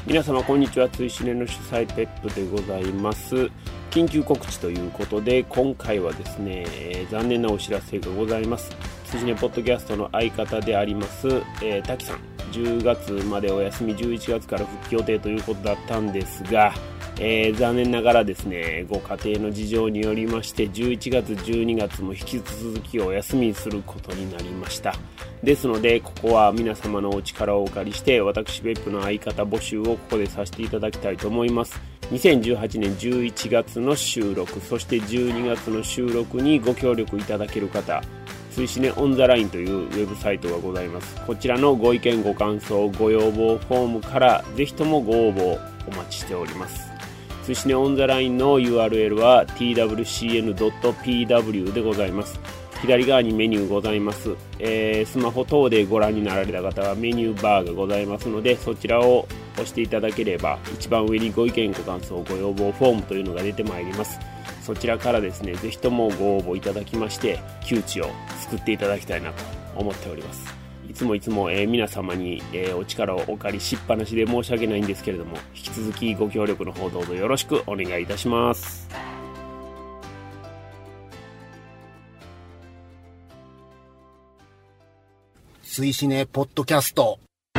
皆様こんにちは。追試ねの主催ペップでございます。緊急告知ということで、今回はですね、残念なお知らせがございます。追試ねポッドキャストの相方であります、滝さん、10月までお休み、11月から復帰予定ということだったんですが、残念ながらですね、ご家庭の事情によりまして11月12月も引き続きお休みすることになりました。ですのでここは皆様のお力をお借りして、私別府の相方募集をここでさせていただきたいと思います。2018年11月の収録、そして12月の収録にご協力いただける方、追試ねオンザラインというウェブサイトがございます。こちらのご意見ご感想ご要望フォームからぜひともご応募お待ちしております。追試ねオンザラインの URL は twcn.pw でございます。左側にメニューございます。スマホ等でご覧になられた方はメニューバーがございますので、そちらを押していただければ一番上にご意見ご感想ご要望フォームというのが出てまいります。そちらからですね、ぜひともご応募いただきまして窮地を救っていただきたいなと思っております。いつも、皆様に、お力をお借りしっぱなしで申し訳ないんですけれども、引き続きご協力の方どうぞよろしくお願いいたします。 追試ねポッドキャスト。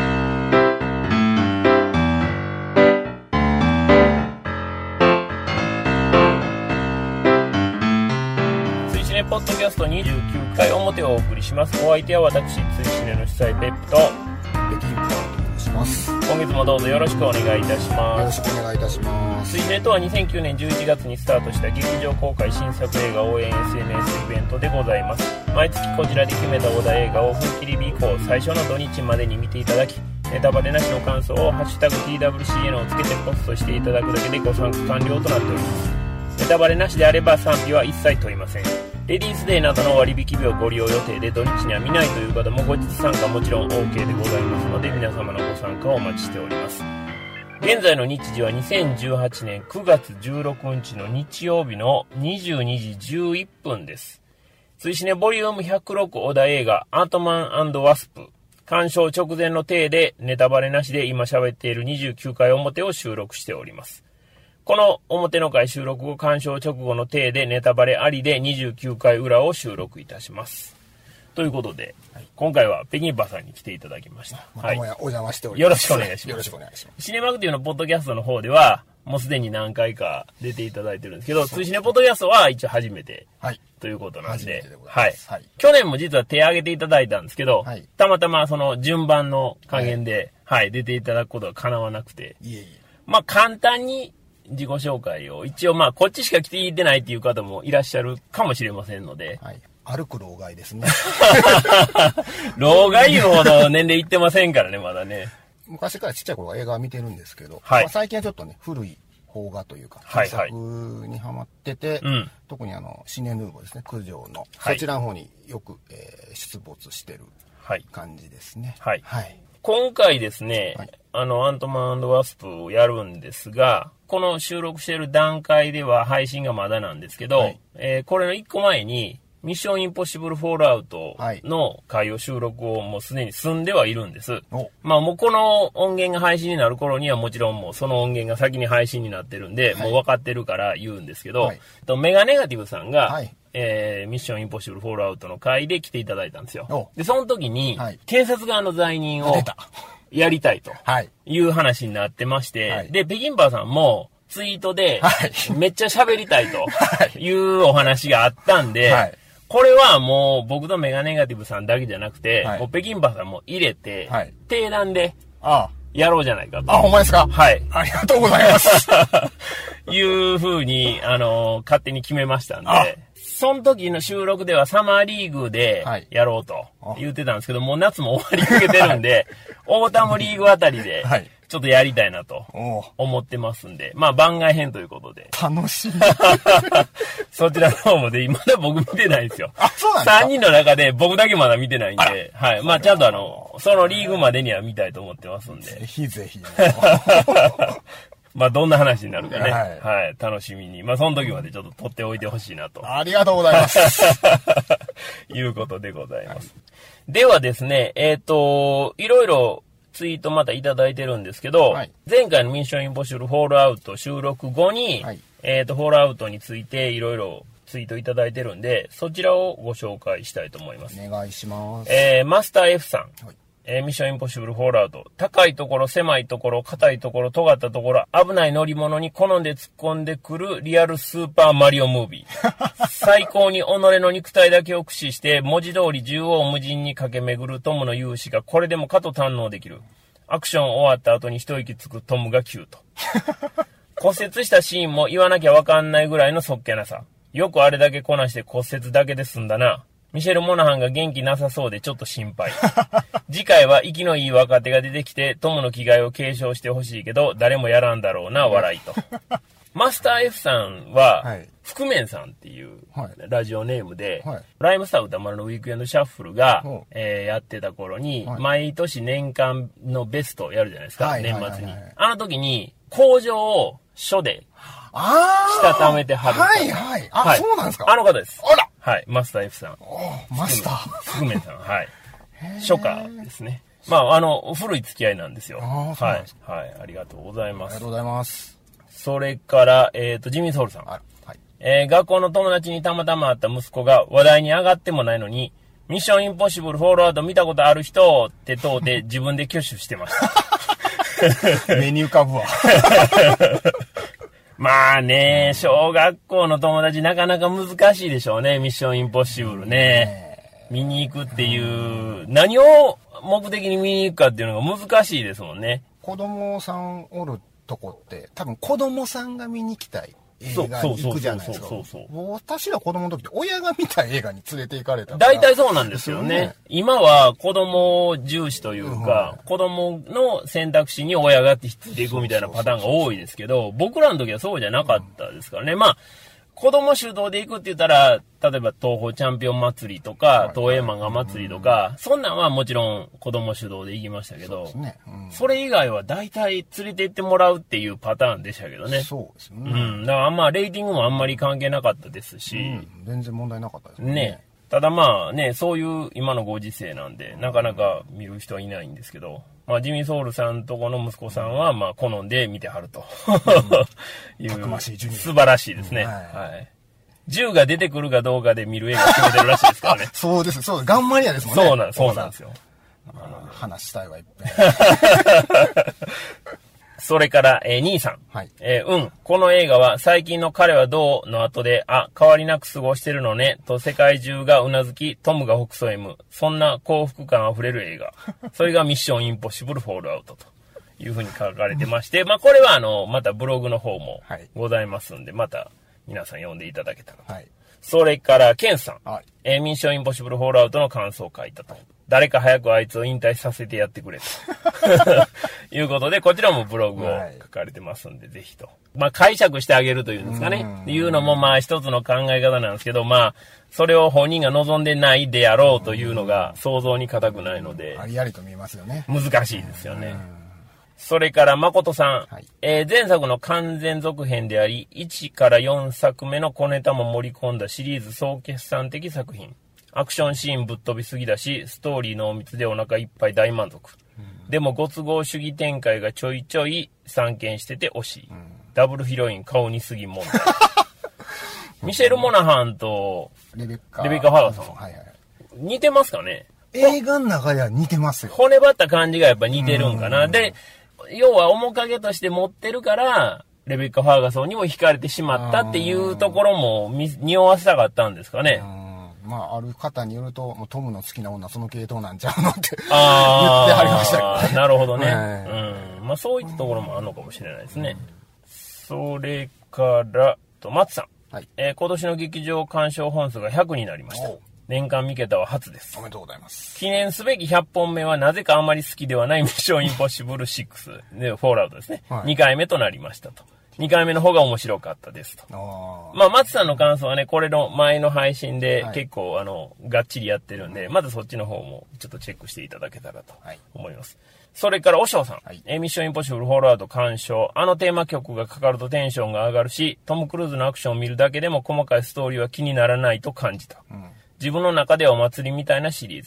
追試ねポッドキャスト29回表をお送りします。お相手は私、追試ねの主催ペップと北京からお願いします。 今月もどうぞよろしくお願いいたします。 よろしくお願いいたします。 追試ねとは2009年11月にスタートした劇場公開新作映画応援 SNS イベントでございます。毎月こちらで決めたお題映画を風切り日以降最初の土日までに見ていただき、ネタバレなしの感想をハッシュタグ TWCN をつけてポストしていただくだけでご参加完了となっております。ネタバレなしであれば賛否は一切問いません。レディースデーなどの割引日をご利用予定で土日には見ないという方も後日参加もちろん OK でございますので、皆様のご参加をお待ちしております。現在の日時は2018年9月16日の日曜日の22時11分です。追試ねボリューム106お題映画アントマン&ワスプ鑑賞直前の体でネタバレなしで今喋っている29回表を収録しております。この表の回収録後鑑賞直後の体でネタバレありで29回裏を収録いたします。ということで、今回は北京バさんに来ていただきました。 またもやお邪魔しております。 よろしくお願いします。 よろしくお願いします。 シネマクティブのポッドキャストの方ではもうすでに何回か出ていただいてるんですけど、追試ねポッドキャストは一応初めて、ということなんで、去年も実は手挙げていただいたんですけど、たまたまその順番の加減で、出ていただくことが叶わなくて、まあ簡単に自己紹介を一応こっちしか来ていてないっていう方もいらっしゃるかもしれませんので、 歩く老害ですね。 老害いうほど年齢いってませんからね、まだね。 昔からちっちゃい頃は映画は見てるんですけど、最近はちょっとね、古い邦画というか、傑作にハマってて、特にシネヌーボーですね、九条の、そちらの方によく、出没してる感じですね。 今回ですね、アントマン&ワスプをやるんですが、この収録している段階では配信がまだなんですけど、これの1個前に、ミッションインポッシブルフォールアウトの回を収録をもうすでに済んではいるんです。まあもうこの音源が配信になる頃にはもちろんもうその音源が先に配信になってるんで、もう分かってるから言うんですけど、メガネガティブさんが、ミッションインポッシブルフォールアウトの回で来ていただいたんですよ。で、その時に、検察側の罪人をやりたいという話になってまして、で、北京バーさんもツイートで、めっちゃ喋りたいというお話があったんで、これはもう僕とメガネガティブさんだけじゃなくて、もう北京バーさんも入れて、定談でやろうじゃないかと。 ほんまですか？ありがとうございます。 いう風に、勝手に決めましたんで、その時の収録ではサマーリーグでやろうと言ってたんですけど、もう夏も終わりかけてるんで、オータムリーグあたりで、ちょっとやりたいなと思ってますんで、まあ番外編ということで。 楽しい。 そちらの方もで、まだ僕見てないんですよ。 そうなんですか？ 3 人の中で僕だけまだ見てないんで、まあちゃんとそのリーグまでには見たいと思ってますんで。 ぜひぜひ。 まあどんな話になるかね。楽しみに。まあその時までちょっと撮っておいてほしいなと。 ありがとうございます。 いうことでございます。ではですね、いろいろツイートまたいただいてるんですけど、はい、前回のミッションインポッシブルフォールアウト収録後に、はい、フォールアウトについていろいろツイートいただいてるんで、そちらをご紹介したいと思います。 お願いします。 マスター F さん。はい、ミッションインポッシブルフォールアウト。高いところ、狭いところ、硬いところ、尖ったところ、危ない乗り物に好んで突っ込んでくるリアルスーパーマリオムービー。最高に己の肉体だけを駆使して、文字通り縦横無尽に駆け巡るトムの勇姿がこれでもかと堪能できる。アクション終わった後に一息つくトムがキュート。骨折したシーンも言わなきゃわかんないぐらいのそっけなさ。よくあれだけこなして骨折だけで済んだな。ミシェル・モナハンが元気なさそうでちょっと心配。次回は息のいい若手が出てきてトムの着替えを継承してほしいけど誰もやらんだろうな、笑いと。マスター F さんは、はい、覆面さんっていうラジオネームで、はい、ライムスター歌丸のウィークエンドシャッフルが、やってた頃に、はい、毎年年間のベストやるじゃないですか、はい、年末に、あの時に工場を書でしたためてはる。 はいはい。あ、はい、そうなんですか。 あの方です。 あら。 はい。マスター F さん。 マスター。 覆面さん。はい。初夏ですね。まあ、古い付き合いなんですよ。はい。はい。ありがとうございます。 ありがとうございます。 それから、ジミー・ソウルさん。はい。学校の友達にたまたま会った息子が話題に上がってもないのに、ミッションインポッシブルフォールアウト見たことある人って問うて自分で挙手してました。 メニューかぶわ。 まあね、小学校の友達なかなか難しいでしょうね、ミッションインポッシブルね。見に行くっていう、何を目的に見に行くかっていうのが難しいですもんね。 子供さんおるとこって、多分子供さんが見に行きたい映画に行くじゃないですか。私ら子供の時って親が見た映画に連れて行かれたから。 大体そうなんですよね。今は子供重視というか、子供の選択肢に親がついていくみたいなパターンが多いですけど、僕らの時はそうじゃなかったですからね。まあ、子供主導で行くって言ったら、例えば東宝チャンピオン祭りとか、東映漫画祭りとか、そんなんはもちろん子供主導で行きましたけど、それ以外は大体連れて行ってもらうっていうパターンでしたけどね。 そうですね。 だからまあレーティングもあんまり関係なかったですし、 全然問題なかったですね。 ただまあね、そういう今のご時世なんで、なかなか見る人はいないんですけど、まあジミー・ソウルさんとこの息子さんはまあ好んで見てはるという、 たくましいジュニア。 素晴らしいですね。はい。銃が出てくるかどうかで見る映画決めてるらしいですからね。 そうです。そう、ガンマリアですもんね。 そうなんですよ。 話したいわ、いっぺん。 それから、兄さん。はい。この映画は最近の彼はどうの後で、変わりなく過ごしてるのね、と世界中がうなずき、トムが北斎む。そんな幸福感あふれる映画。それがミッションインポッシブルフォールアウトというふうに書かれてまして、まあこれはまたブログの方もございますんで、また皆さん読んでいただけたらと。はい。それから、ケンさん。はい。ミッションインポッシブルフォールアウトの感想を書いたと。誰か早くあいつを引退させてやってくれと。いうことで、こちらもブログを書かれてますんで、ぜひと。まあ、解釈してあげるというんですかね。いうのも、まあ、一つの考え方なんですけど、まあ、それを本人が望んでないであろうというのが想像に難くないので。 ありありと見えますよね。 難しいですよね。それから、誠さん。はい、前作の完全続編であり、1から4作目の小ネタも盛り込んだシリーズ総決算的作品。アクションシーンぶっ飛びすぎだし、ストーリー濃密でお腹いっぱい大満足。でもご都合主義展開がちょいちょい散見してて惜しい。ダブルヒロイン顔にすぎ問題。ミシェル・モナハンとレベッカ・ファーガソン。似てますかね？ 映画の中では似てますよ。 骨張った感じがやっぱ似てるんかな。で、要は面影として持ってるから、レベッカ・ファーガソンにも惹かれてしまったっていうところも匂わせたかったんですかね。 まあ、ある方によると、トムの好きな女その系統なんちゃうのって言ってはりましたけどね。 なるほどね。まあ、そういったところもあるのかもしれないですね。それから、松さん。はい。今年の劇場鑑賞本数が100になりました。年間3桁は初です。 おめでとうございます。 記念すべき100本目はなぜかあまり好きではないミッションインポッシブル6で、フォールアウトですね。はい、2回目となりましたと。2回目の方が面白かったですと。まあ、松さんの感想はね、これの前の配信で結構、がっちりやってるんで、まずそっちの方もちょっとチェックしていただけたらと思います。それから、おしょうさん。ミッションインポッシブルフォールアウト鑑賞。テーマ曲がかかるとテンションが上がるし、トム・クルーズのアクションを見るだけでも細かいストーリーは気にならないと感じた。自分の中ではお祭りみたいなシリーズ。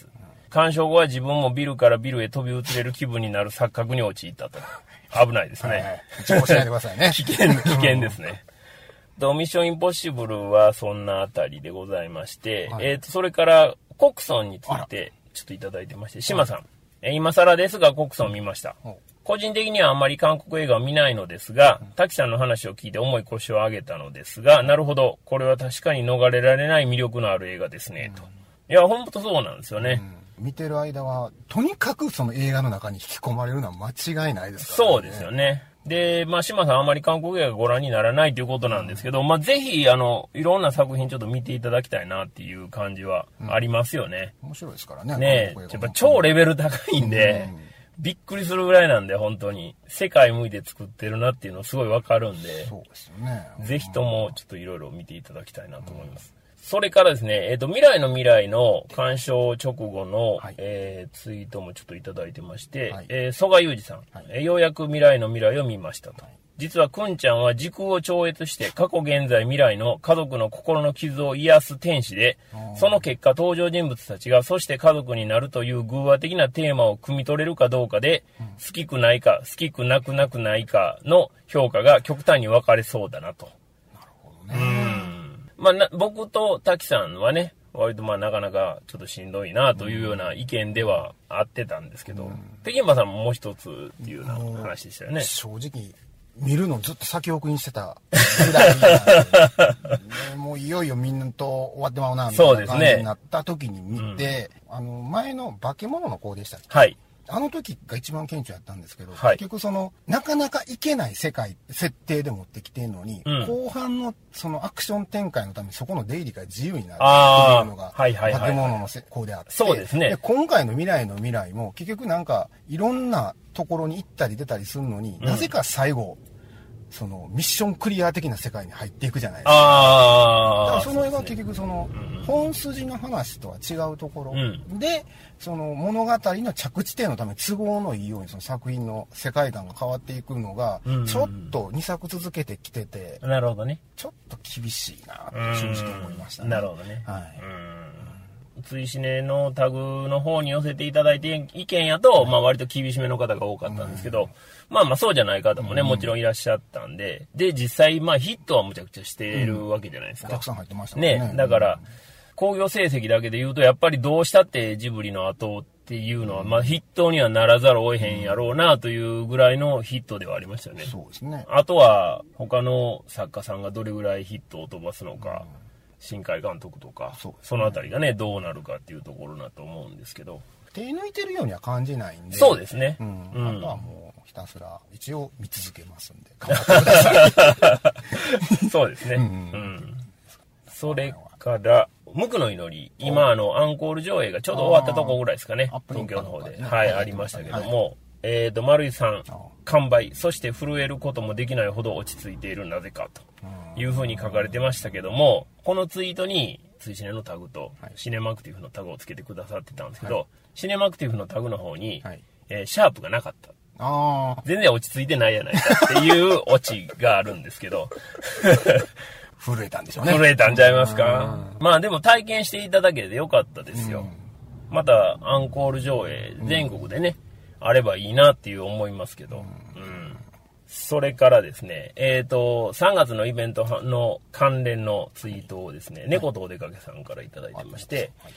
鑑賞後は自分もビルからビルへ飛び移れる気分になる錯覚に陥ったと。危ないですね。はいはい、 事故しないでくださいね。 危険ですね。ミッションインポッシブルはそんなあたりでございまして、はい、それからコクソンについてちょっといただいてまして、島さん、今更ですがコクソン見ました。個人的にはあんまり韓国映画を見ないのですが、滝さんの話を聞いて重い腰を上げたのですが、なるほど、これは確かに逃れられない魅力のある映画ですね、と。いや、ほんとそうなんですよね。 見てる間は、とにかくその映画の中に引き込まれるのは間違いないですからね。そうですよね。で、島さんあまり韓国映画ご覧にならないということなんですけど、ぜひ、いろんな作品ちょっと見ていただきたいなっていう感じはありますよね。 面白いですからね。 ねえ、やっぱ超レベル高いんで、びっくりするぐらいなんで、本当に。世界向いて作ってるなっていうのすごいわかるんで、 そうですよね。 ぜひともちょっといろいろ見ていただきたいなと思います。それからですね、未来の未来の鑑賞直後の、はい、ツイートもちょっといただいてまして、はい、曽我裕二さん、はい、ようやく未来の未来を見ましたと。はい、実はくんちゃんは時空を超越して過去現在未来の家族の心の傷を癒す天使で、その結果登場人物たちがそして家族になるという偶話的なテーマを汲み取れるかどうかで、好きくないか好きくなくないかの評価が極端に分かれそうだなと。 なるほどね。 僕と滝さんはね、割となかなかちょっとしんどいなというような意見ではあってたんですけど、北京馬さんももう一つっていうような話でしたよね。 正直見るのずっと先送りにしてたぐらいもういよいよみんなと終わってまうなみたいな感じになった時に見て、前の化け物の子でしたっけ、 はい、 あの時が一番顕著やったんですけど、 はい、 結局なかなかいけない世界設定で持ってきてるのに、後半のそのアクション展開のためにそこの出入りが自由になるっていうのが化け物の子であって、 そうですね。 で今回の未来の未来も結局いろんなところに行ったり出たりするのに、なぜか最後そのミッションクリア的な世界に入っていくじゃないですか。だからその映画は結局本筋の話とは違うところで、その物語の着地点のために都合のいいようにその作品の世界観が変わっていくのがちょっと2作続けてきてて、 なるほどね、 ちょっと厳しいなって正直思いましたね。 なるほどね。 はい。 追試ねのタグの方に寄せていただいて意見やと、割と厳しめの方が多かったんですけど、そうじゃない方もね、もちろんいらっしゃったんで、で、実際、ヒットはむちゃくちゃしてるわけじゃないですか。 たくさん入ってましたもんね。 だから、興行成績だけで言うと、やっぱりどうしたってジブリの後っていうのは、ヒットにはならざるを得へんやろうなというぐらいのヒットではありましたよね。 そうですね。 あとは、他の作家さんがどれぐらいヒットを飛ばすのか、新海監督とか、そのあたりがね、どうなるかっていうところだと思うんですけど。 手抜いてるようには感じないんで。 そうですね。 あとはもうひたすら一応見続けますんで、頑張ってください。そうですね。それから、無垢の祈り、今アンコール上映がちょうど終わったとこぐらいですかね。東京の方で。はい、ありましたけども。丸井さん、完売、そして震えることもできないほど落ち着いているなぜかというふうに書かれてましたけども、このツイートに追試ねのタグとシネマクティブのタグをつけてくださってたんですけど、シネマクティブのタグの方に、シャープがなかった。全然落ち着いてないやないかっていうオチがあるんですけど震えたんでしょうね。 震えたんちゃいますか。でも体験していただけでよかったですよ。またアンコール上映全国でね、あればいいなっていう思いますけど、それからですね、3月のイベントの関連のツイートをですね、猫とお出かけさんからいただいてまして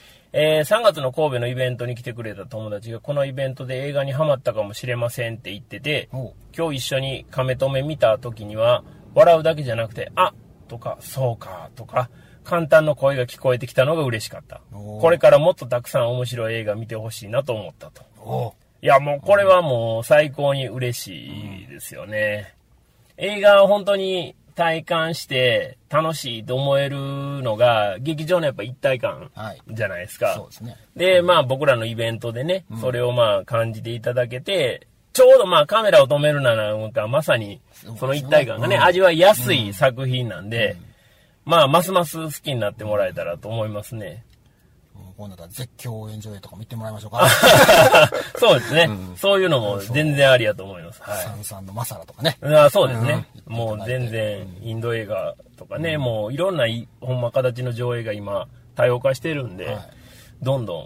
、3月の神戸のイベントに来てくれた友達がこのイベントで映画にハマったかもしれませんって言ってて、今日一緒にカメ止め見た時には笑うだけじゃなくて、あとかそうかとか簡単な声が聞こえてきたのが嬉しかった。これからもっとたくさん面白い映画見てほしいなと思ったと。いやもうこれはもう最高に嬉しいですよね。映画を本当に体感して楽しいと思えるのが劇場のやっぱ一体感じゃないですか。 そうですね。 で、僕らのイベントでね、それを感じていただけて、ちょうどカメラを止めるならまさにその一体感がね、味わいやすい作品なんで、ますます好きになってもらえたらと思いますね。 今度は絶叫応援上映とかも行ってもらいましょうか。 そうですね、そういうのも全然ありやと思います。 サンサンのマサラとかね。 そうですね、もう全然インド映画とかね、もういろんなほんま形の上映が今多様化してるんで、どんどん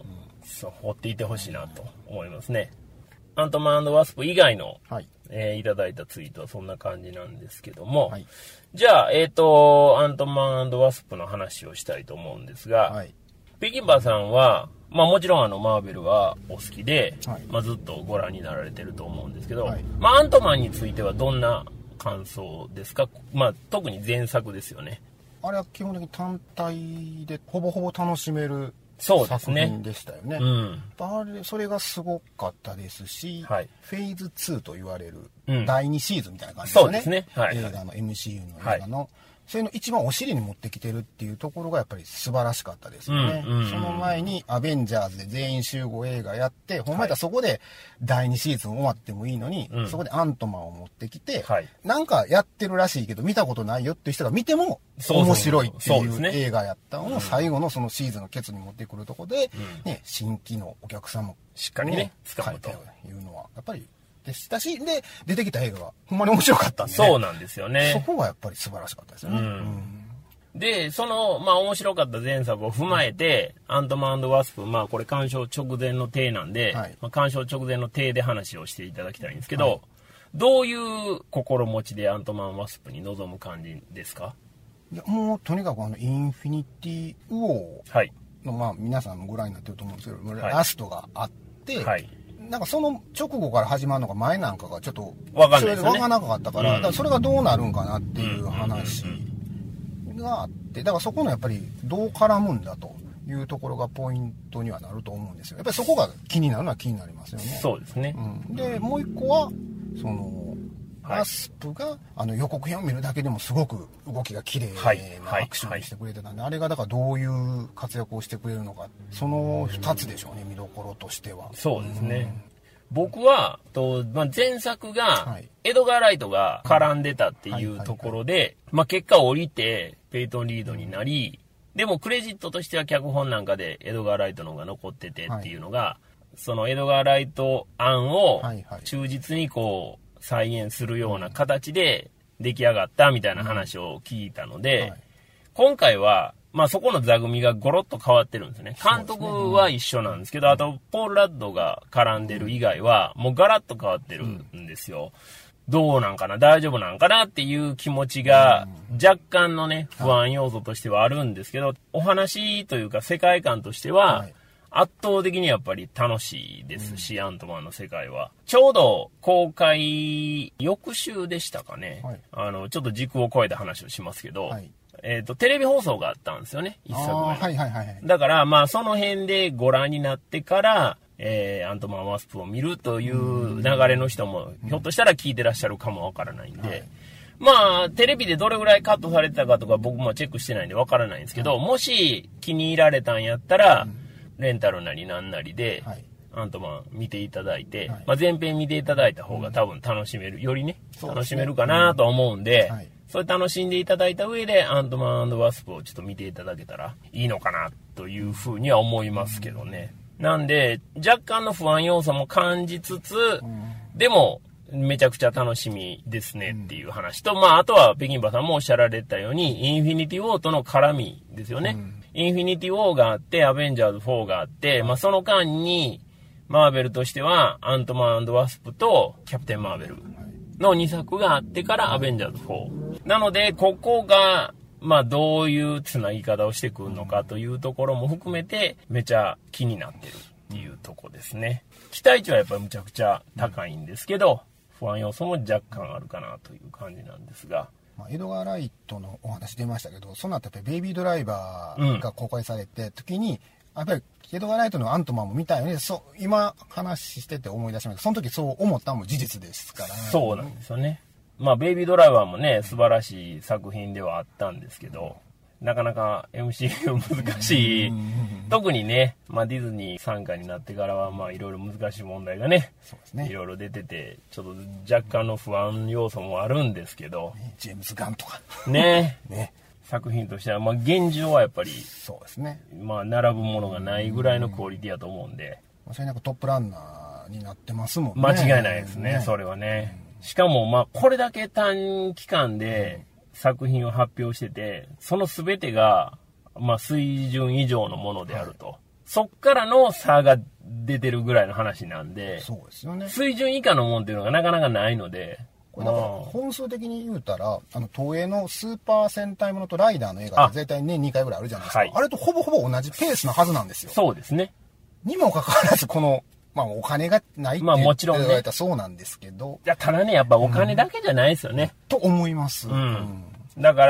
そう、追っていてほしいなと思いますね。アントマン&ワスプ以外の、はい、いただいたツイートはそんな感じなんですけども、はい、じゃあ、アントマン&ワスプの話をしたいと思うんですが、はい、北京バーさんは、まあもちろんマーベルはお好きで、はい、まあずっとご覧になられてると思うんですけど、はい、まあアントマンについてはどんな感想ですか？まあ特に前作ですよね。 あれは基本的に単体でほぼほぼ楽しめる作品でしたよね。あれそれがすごかったですし、はい、フェーズ2と言われる第2シーズンみたいな感じですよね。そうですね。はい、映画の MCU の映画の、はい、それの一番お尻に持ってきてるっていうところがやっぱり素晴らしかったですよね。その前にアベンジャーズで全員集合映画やって、ほんまやったらそこで第2シーズン終わってもいいのに、そこでアントマンを持ってきて、なんかやってるらしいけど見たことないよっていう人が見ても面白いっていう映画やったのを最後のそのシーズンのケツに持ってくるところで、ね、新規のお客さんもしっかりね、 使うというのは、やっぱりでしたし、で、出てきた映画がほんまに面白かったんで、ね。 そうなんですよね。 そこがやっぱり素晴らしかったですよね。 で、その、まあ面白かった前作を踏まえて、アントマン&ワスプ、まあこれ鑑賞直前の体なんで、はい、まあ、鑑賞直前の体で話をしていただきたいんですけど、はい、どういう心持ちでアントマン&ワスプに臨む感じですか？ いや、もうとにかくインフィニティウォーの、まあ皆さんもご覧になってると思うんですけど、ラストがあって、はい、なんかその直後から始まるのが前なんかがちょっと分かんないですよね。 分からなかったから、だからそれがどうなるんかなっていう話があって、だからそこのやっぱりどう絡むんだというところがポイントにはなると思うんですよ。やっぱりそこが気になるのは気になりますよね。 そうですね。 で、もう一個は、その、ワスプが予告編を見るだけでもすごく動きが綺麗なアクションにしてくれてたんで、あれがだからどういう活躍をしてくれるのか、その2つでしょうね、見どころとしては。 そうですね。僕は前作がエドガー・ライトが絡んでたっていうところで、まあ結果降りてペイトン・リードになり、でもクレジットとしては脚本なんかでエドガー・ライトの方が残っててっていうのが、そのエドガー・ライト案を忠実にこう再現するような形で出来上がったみたいな話を聞いたので、今回はまあそこの座組がゴロッと変わってるんですね。監督は一緒なんですけど、あとポール・ラッドが絡んでる以外はもうガラッと変わってるんですよ。どうなんかな、大丈夫なんかなっていう気持ちが若干のね、不安要素としてはあるんですけど、お話というか世界観としては圧倒的にやっぱり楽しいですし、アントマンの世界は。ちょうど公開翌週でしたかね。ちょっと時空を超えた話をしますけど、テレビ放送があったんですよね、一作目。だから、まあ、その辺でご覧になってから、アントマン・ワスプを見るという流れの人も、ひょっとしたら聞いてらっしゃるかもわからないんで、まあ、テレビでどれぐらいカットされてたかとか僕もチェックしてないんでわからないんですけど、もし気に入られたんやったら、レンタルなりなんなりで、アントマン見ていただいて、まあ、前編見ていただいた方が多分楽しめる、よりね、楽しめるかなと思うんで、それ楽しんでいただいた上でアントマン&ワスプをちょっと見ていただけたらいいのかなというふうには思いますけどね。なんで若干の不安要素も感じつつ、でもめちゃくちゃ楽しみですねっていう話と、まああとは北京バさんもおっしゃられたようにインフィニティウォーとの絡みですよね。インフィニティウォーがあってアベンジャーズ4があって、まあその間にマーベルとしてはアントマン&ワスプとキャプテンマーベルの2作があってからアベンジャーズ4。なので、ここが、まあどういうつなぎ方をしてくるのかというところも含めて、めちゃ気になってるっていうとこですね。期待値はやっぱりむちゃくちゃ高いんですけど、不安要素も若干あるかなという感じなんですが。 エドガー・ライトのお話出ましたけど、その後やっぱりベイビードライバーが公開されて時に、やっぱりエドガー・ライトのアントマンも見たよね。今話してて思い出しました。その時そう思ったのも事実ですから。 そうなんですよね。まあベイビードライバーもね、素晴らしい作品ではあったんですけど、なかなか MCU 難しい。特にね、まあディズニー参加になってからはまあいろいろ難しい問題がね、いろいろ出てて、ちょっと若干の不安要素もあるんですけど。 ジェームズ・ガンとか。 ね。作品としては、まあ現状はやっぱり、 そうですね。 まあ並ぶものがないぐらいのクオリティだと思うんで。 それなんかトップランナーになってますもんね。 間違いないですね、それはね。しかもまあこれだけ短期間で作品を発表してて、その全てがまあ水準以上のものであると。 そっからの差が出てるぐらいの話なんで、 そうですよね。 水準以下のもんっていうのがなかなかないので、 これだから本数的に言うたら、東映のスーパー戦隊ものとライダーの映画って絶対年2回ぐらいあるじゃないですか。あれとほぼほぼ同じペースのはずなんですよ。 そうですね。 にもかかわらず、この、お金がないってもちろんね、言われたらそうなんですけど。 いや、ただね、やっぱお金だけじゃないですよね。 と思います。 だから、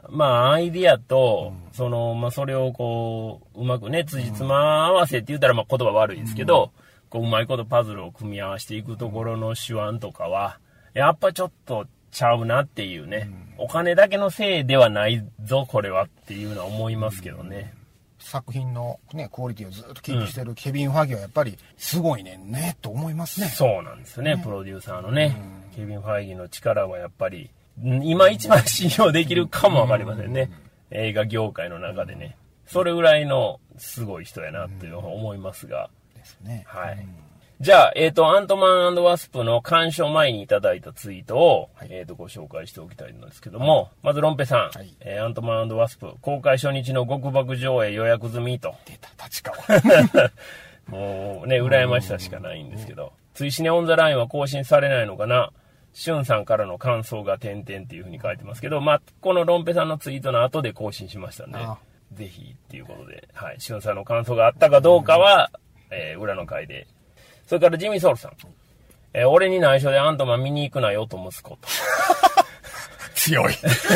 アイディアと、それをこう、うまくね、辻褄合わせって言ったら言葉悪いですけど、こう、うまいことパズルを組み合わせていくところの手腕とかは、やっぱちょっとちゃうなっていうね、お金だけのせいではないぞ、これはっていうのは思いますけどね。 作品のね、クオリティをずっとキープしてるケビン・ファギーはやっぱりすごいねんね、と思いますね。 そうなんですよね、プロデューサーのね。ケビン・ファギーの力はやっぱり、今一番信用できるかもわかりませんね。映画業界の中でね。それぐらいのすごい人やなっていうのは思いますが。 ですね。 はい。じゃあ、アントマン&ワスプの鑑賞前にいただいたツイートを、ご紹介しておきたいんですけども、まずロンペさん、アントマン&ワスプ公開初日の極爆上映予約済みと。 出た、立川。 もうね、羨ましさしかないんですけど、追試ねオンザラインは更新されないのかな。しゅんさんからの感想が点々っていう風に書いてますけど、このロンペさんのツイートの後で更新しましたんで、ぜひっていうことで、はい、しゅんさんの感想があったかどうかは、裏の回で。それからジミーソウルさん。俺に内緒でアントマン見に行くなよと息子と。 強い。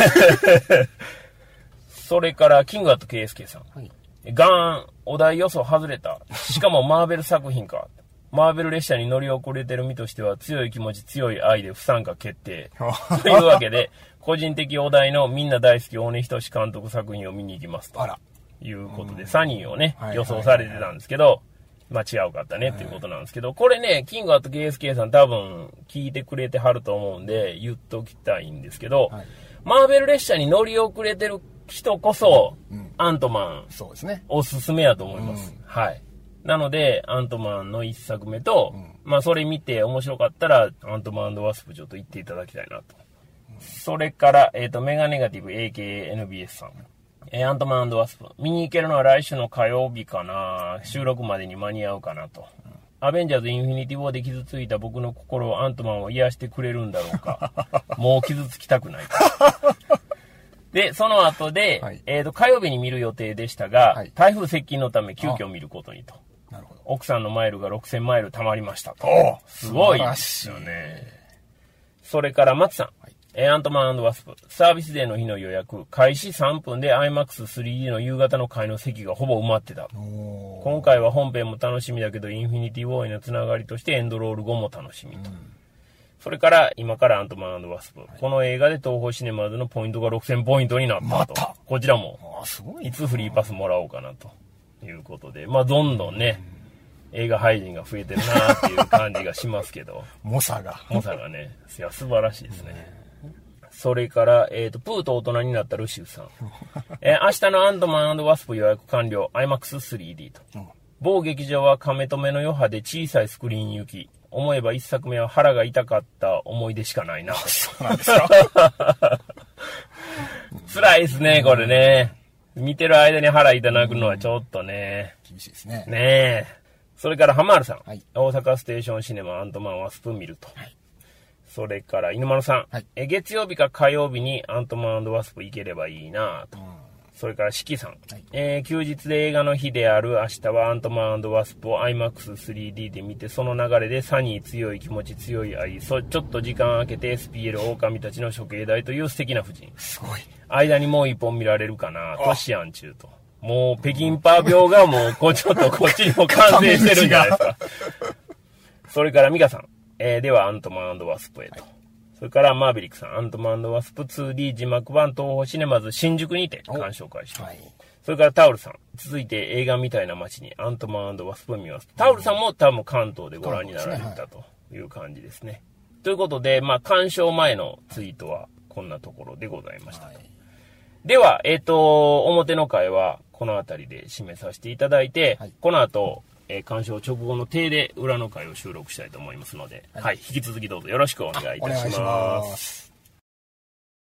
それからキングアット KSK さん。ガーン、お題予想外れた。しかもマーベル作品か。マーベル列車に乗り遅れてる身としては強い気持ち強い愛で不参加決定。というわけで、個人的お題のみんな大好き大根仁志監督作品を見に行きますと。いうことで、サニーをね、予想されてたんですけど、違うかったねっていうことなんですけど、これね、キングアット KSK さん多分聞いてくれてはると思うんで、言っときたいんですけど、マーベル列車に乗り遅れてる人こそ、アントマン、 そうですね。 おすすめやと思います。はい。なので、アントマンの一作目と、それ見て面白かったら、アントマン&ワスプちょっと行っていただきたいなと。それから、メガネガティブ AKNBS さん。アントマン&ワスプ。見に行けるのは来週の火曜日かな。収録までに間に合うかなと。アベンジャーズインフィニティウォーで傷ついた僕の心をアントマンは癒してくれるんだろうか。もう傷つきたくない。で、その後で、火曜日に見る予定でしたが、台風接近のため急遽見ることにと。 なるほど。 奥さんのマイルが6000マイル貯まりましたと。すごいですよね。それから松さん。アントマン&ワスプ。サービスデーの日の予約。開始3分で IMAX3D の夕方の回の席がほぼ埋まってた。今回は本編も楽しみだけど、インフィニティウォーへのつながりとしてエンドロール後も楽しみと。それから、今からアントマン&ワスプ。この映画で東宝シネマズのポイントが6000ポイントになったと。こちらも、いつフリーパスもらおうかなということで、どんどんね、映画俳人が増えてるなっていう感じがしますけど。 猛者がね。いや、素晴らしいですね。それから、プーと大人になったルシウスさん。明日のアントマン&ワスプ予約完了、IMAX3D と。某劇場は亀止めの余波で小さいスクリーン行き。思えば一作目は腹が痛かった思い出しかないな。 そうなんですか。 辛いですね、これね。見てる間に腹痛なくのはちょっとね。 厳しいですね。 ねえ。それから浜原さん。大阪ステーションシネマアントマンワスプ見ると。それから犬丸さん。月曜日か火曜日にアントマン&ワスプ行ければいいなと。それから四季さん。休日で映画の日である明日はアントマン&ワスプを IMAX3D で見て、その流れでサニー強い気持ち強い愛、ちょっと時間空けて SPL 狼たちの処刑台という素敵な夫人。 すごい。 間にもう一本見られるかなと思案中と。もう北京パー病がもうちょっとこっちにも完成してるんじゃないですか。それからミカさん。ではアントマン&ワスプへと。それからマーベリックさん、アントマン&ワスプ 2D 字幕版東宝シネマズ新宿にて鑑賞開始。それからタオルさん、続いて映画みたいな街にアントマン&ワスプを見ます。タオルさんも多分関東でご覧になられたという感じですね。ということで、鑑賞前のツイートはこんなところでございました。では、表の回はこの辺りで締めさせていただいて、この後、鑑賞直後の体で裏の回を収録したいと思いますので、引き続きどうぞよろしくお願いいたします。